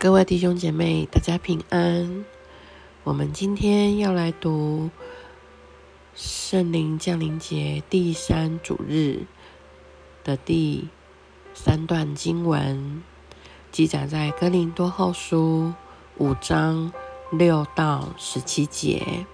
各位弟兄姐妹，大家平安。我们今天要来读圣灵降临节第3主日的第3段经文，记载在哥林多后书5章6到17节。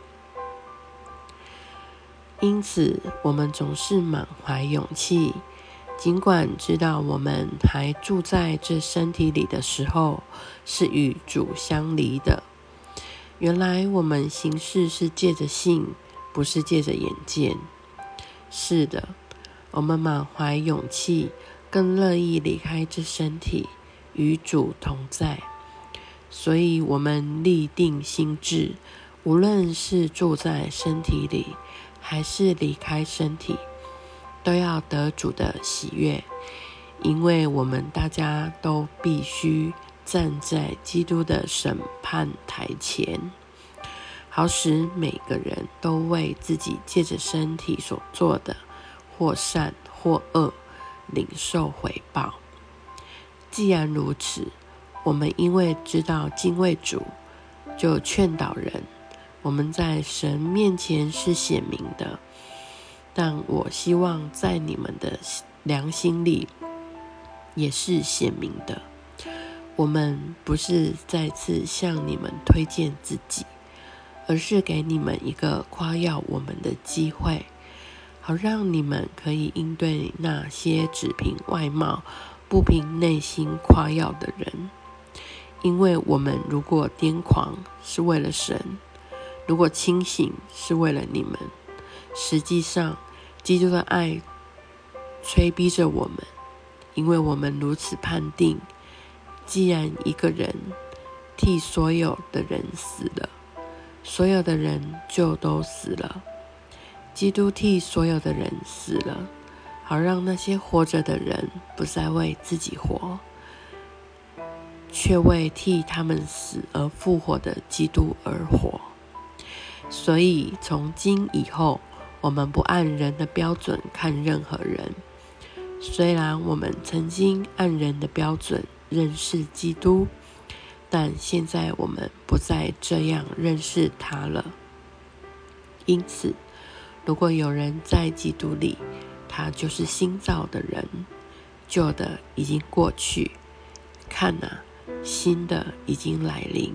因此，我们总是满怀勇气，尽管知道我们还住在这身体里的时候，是与主相离的。原来我们行事是借着信，不是借着眼见。是的，我们满怀勇气，更乐意离开这身体，与主同在。所以我们立定心志，无论是住在身体里，还是离开身体，都要得主的喜悦，因为我们大家都必须站在基督的审判台前，好使每个人都为自己借着身体所做的，或善或恶，领受回报。既然如此，我们因为知道敬畏主，就劝导人。我们在神面前是显明的，但我希望在你们的良心里也是显明的。我们不是再次向你们推荐自己，而是给你们一个夸耀我们的机会，好让你们可以应对那些只凭外貌不凭内心夸耀的人。因为我们如果癫狂，是为了神；如果清醒，是为了你们。实际上，基督的爱催逼着我们，因为我们如此判定：既然一个人替所有的人死了，所有的人就都死了。基督替所有的人死了，好让那些活着的人不再为自己活，却为替他们死而复活的基督而活。所以从今以后，我们不按人的标准看任何人。虽然我们曾经按人的标准认识基督，但现在我们不再这样认识他了。因此，如果有人在基督里，他就是新造的人，旧的已经过去，看啊，新的已经来临。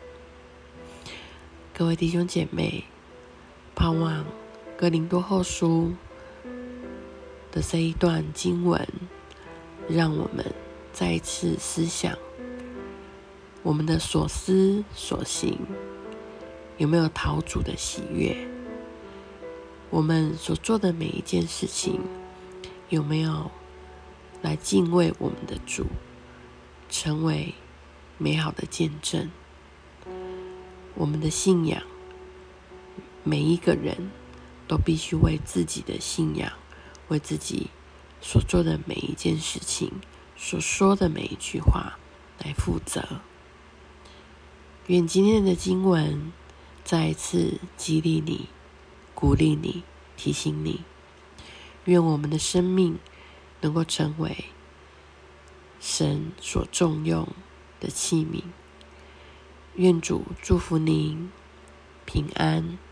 各位弟兄姐妹，盼望哥林多后书的这一段经文，让我们再一次思想我们的所思所行有没有讨主的喜悦，我们所做的每一件事情有没有来敬畏我们的主，成为美好的见证。我们的信仰，每一个人都必须为自己的信仰，为自己所做的每一件事情，所说的每一句话来负责。愿今天的经文再一次激励你，鼓励你，提醒你。愿我们的生命能够成为神所重用的器皿。愿主祝福您平安。